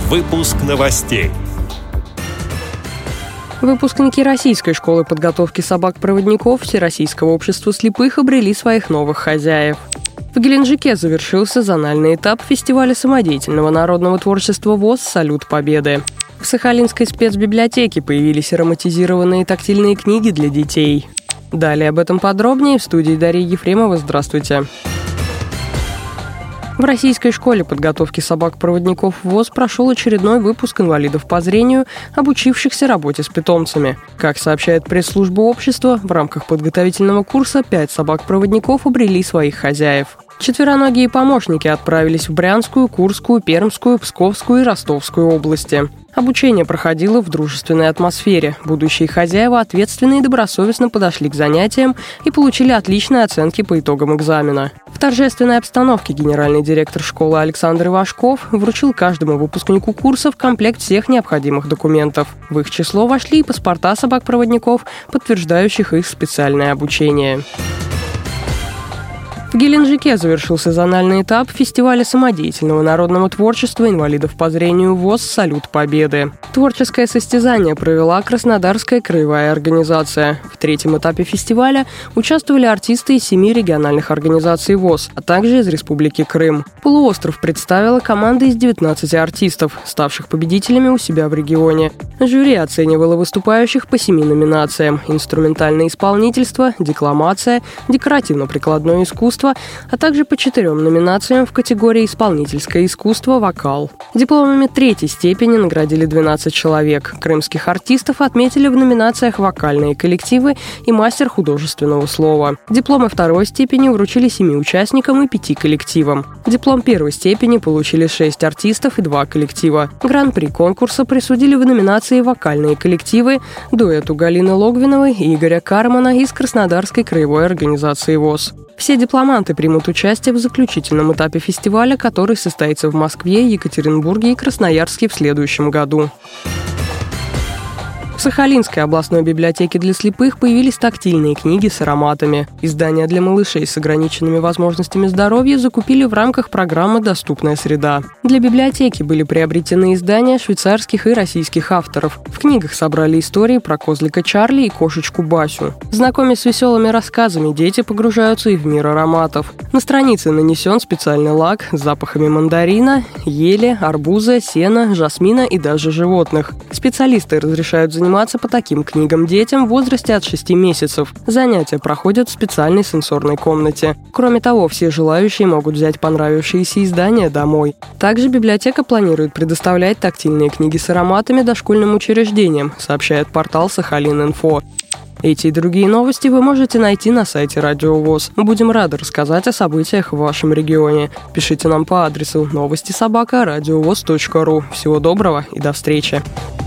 Выпуск новостей. Выпускники Российской школы подготовки собак-проводников Всероссийского общества слепых обрели своих новых хозяев. В Геленджике завершился зональный этап фестиваля самодеятельного народного творчества ВОС «Салют Победы». В Сахалинской спецбиблиотеке появились ароматизированные тактильные книги для детей. Далее об этом подробнее в студии Дарьи Ефремова. Здравствуйте. В Российской школе подготовки собак-проводников ВОС прошел очередной выпуск инвалидов по зрению, обучившихся работе с питомцами. Как сообщает пресс-служба общества, в рамках подготовительного курса 5 собак-проводников обрели своих хозяев. Четвероногие помощники отправились в Брянскую, Курскую, Пермскую, Псковскую и Ростовскую области. Обучение проходило в дружественной атмосфере. Будущие хозяева ответственно и добросовестно подошли к занятиям и получили отличные оценки по итогам экзамена. В торжественной обстановке генеральный директор школы Александр Ивашков вручил каждому выпускнику курса в комплект всех необходимых документов. В их число вошли и паспорта собак-проводников, подтверждающих их специальное обучение. В Геленджике завершился зональный этап фестиваля самодеятельного народного творчества инвалидов по зрению ВОС «Салют Победы». Творческое состязание провела Краснодарская краевая организация. В третьем этапе фестиваля участвовали артисты из 7 региональных организаций ВОС, а также из Республики Крым. Полуостров представила команда из 19 артистов, ставших победителями у себя в регионе. Жюри оценивало выступающих по 7 номинациям: инструментальное исполнительство, декламация, декоративно-прикладное искусство, а также по 4 номинациям в категории исполнительское искусство, вокал. Дипломами 3-й степени наградили 12 человек. Крымских артистов отметили в номинациях «Вокальные коллективы» и «Мастер художественного слова». Дипломы 2-й степени вручили 7 участникам и 5 коллективам. Диплом 1-й степени получили 6 артистов и 2 коллектива. Гран-при конкурса присудили в номинации «Вокальные коллективы» дуэту Галины Логвиновой и Игоря Кармана из Краснодарской краевой организации ВОС. Все дипломанты примут участие в заключительном этапе фестиваля, который состоится в Москве, Екатеринбурге и Красноярске в следующем году. В Сахалинской областной библиотеке для слепых появились тактильные книги с ароматами. Издания для малышей с ограниченными возможностями здоровья закупили в рамках программы «Доступная среда». Для библиотеки были приобретены издания швейцарских и российских авторов. В книгах собрали истории про козлика Чарли и кошечку Басю. Знакомясь с веселыми рассказами, дети погружаются и в мир ароматов. На странице нанесен специальный лак с запахами мандарина, ели, арбуза, сена, жасмина и даже животных. Специалисты разрешают заниматься по таким книгам детям в возрасте от 6 месяцев. Занятия проходят в специальной сенсорной комнате. Кроме того, все желающие могут взять понравившиеся издания домой. Также библиотека планирует предоставлять тактильные книги с ароматами дошкольным учреждениям, сообщает портал Сахалин.Инфо. Эти и другие новости вы можете найти на сайте Радио ВОС. Мы будем рады рассказать о событиях в вашем регионе. Пишите нам по адресу новости@радиовос.ру. Всего доброго и до встречи.